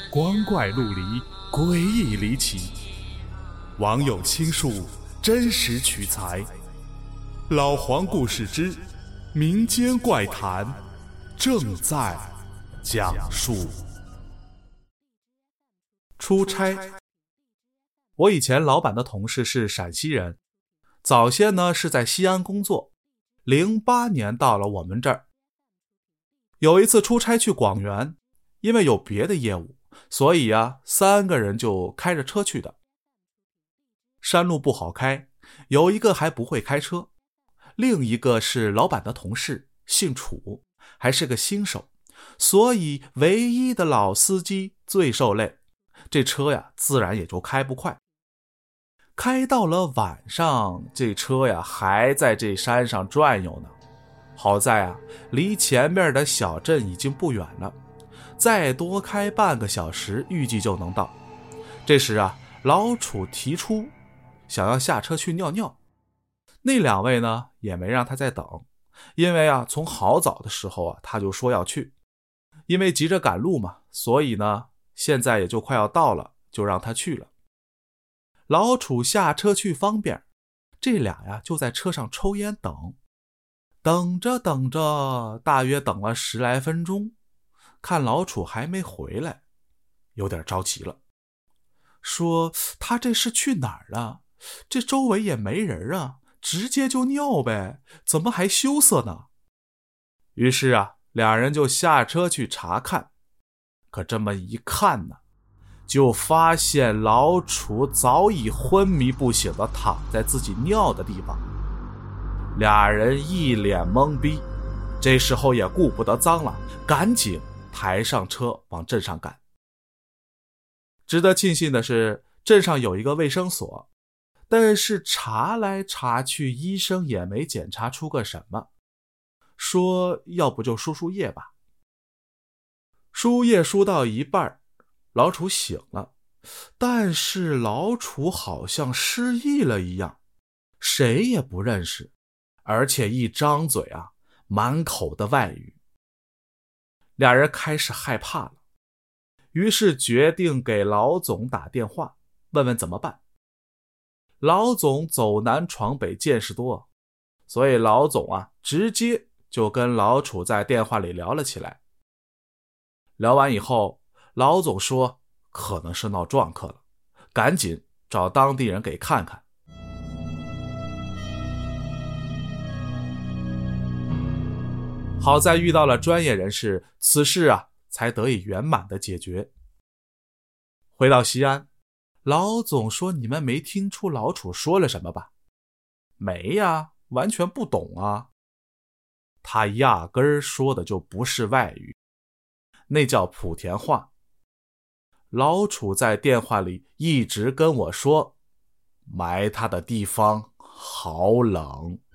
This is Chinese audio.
光怪陆离，诡异离奇。网友倾述，真实取材。老黄故事之民间怪谈正在讲述。出差。我以前老板的同事是陕西人，早先呢是在西安工作，08年到了我们这儿。有一次出差去广元，因为有别的业务，所以3个人就开着车去的。山路不好开，有一个还不会开车，另一个是老板的同事，姓楚，还是个新手，所以唯一的老司机最受累，这车自然也就开不快。开到了晚上，这车还在这山上转悠呢。好在离前面的小镇已经不远了，再多开半个小时预计就能到。这时老楚提出想要下车去尿尿，那2位呢也没让他再等，因为从好早的时候他就说要去，因为急着赶路嘛，所以呢现在也就快要到了，就让他去了。老楚下车去方便，这俩就在车上抽烟等着，大约等了10来分钟，看老楚还没回来，有点着急了，说他这是去哪儿了？这周围也没人直接就尿呗，怎么还羞涩呢？于是2人就下车去查看，可这么一看呢，就发现老楚早已昏迷不醒地躺在自己尿的地方。2人一脸懵逼，这时候也顾不得脏了，赶紧抬上车往镇上赶。值得庆幸的是，镇上有一个卫生所，但是查来查去，医生也没检查出个什么，说要不就输液吧。输液输到一半，老楚醒了，但是老楚好像失忆了一样，谁也不认识，而且一张嘴满口的外语。2人开始害怕了，于是决定给老总打电话，问问怎么办。老总走南闯北，见识多，所以老总直接就跟老楚在电话里聊了起来。聊完以后，老总说可能是闹撞客了，赶紧找当地人给看看。好在遇到了专业人士，此事才得以圆满的解决。回到西安，老总说你们没听出老楚说了什么吧？没完全不懂他压根儿说的就不是外语，那叫莆田话。老楚在电话里一直跟我说，埋他的地方好冷。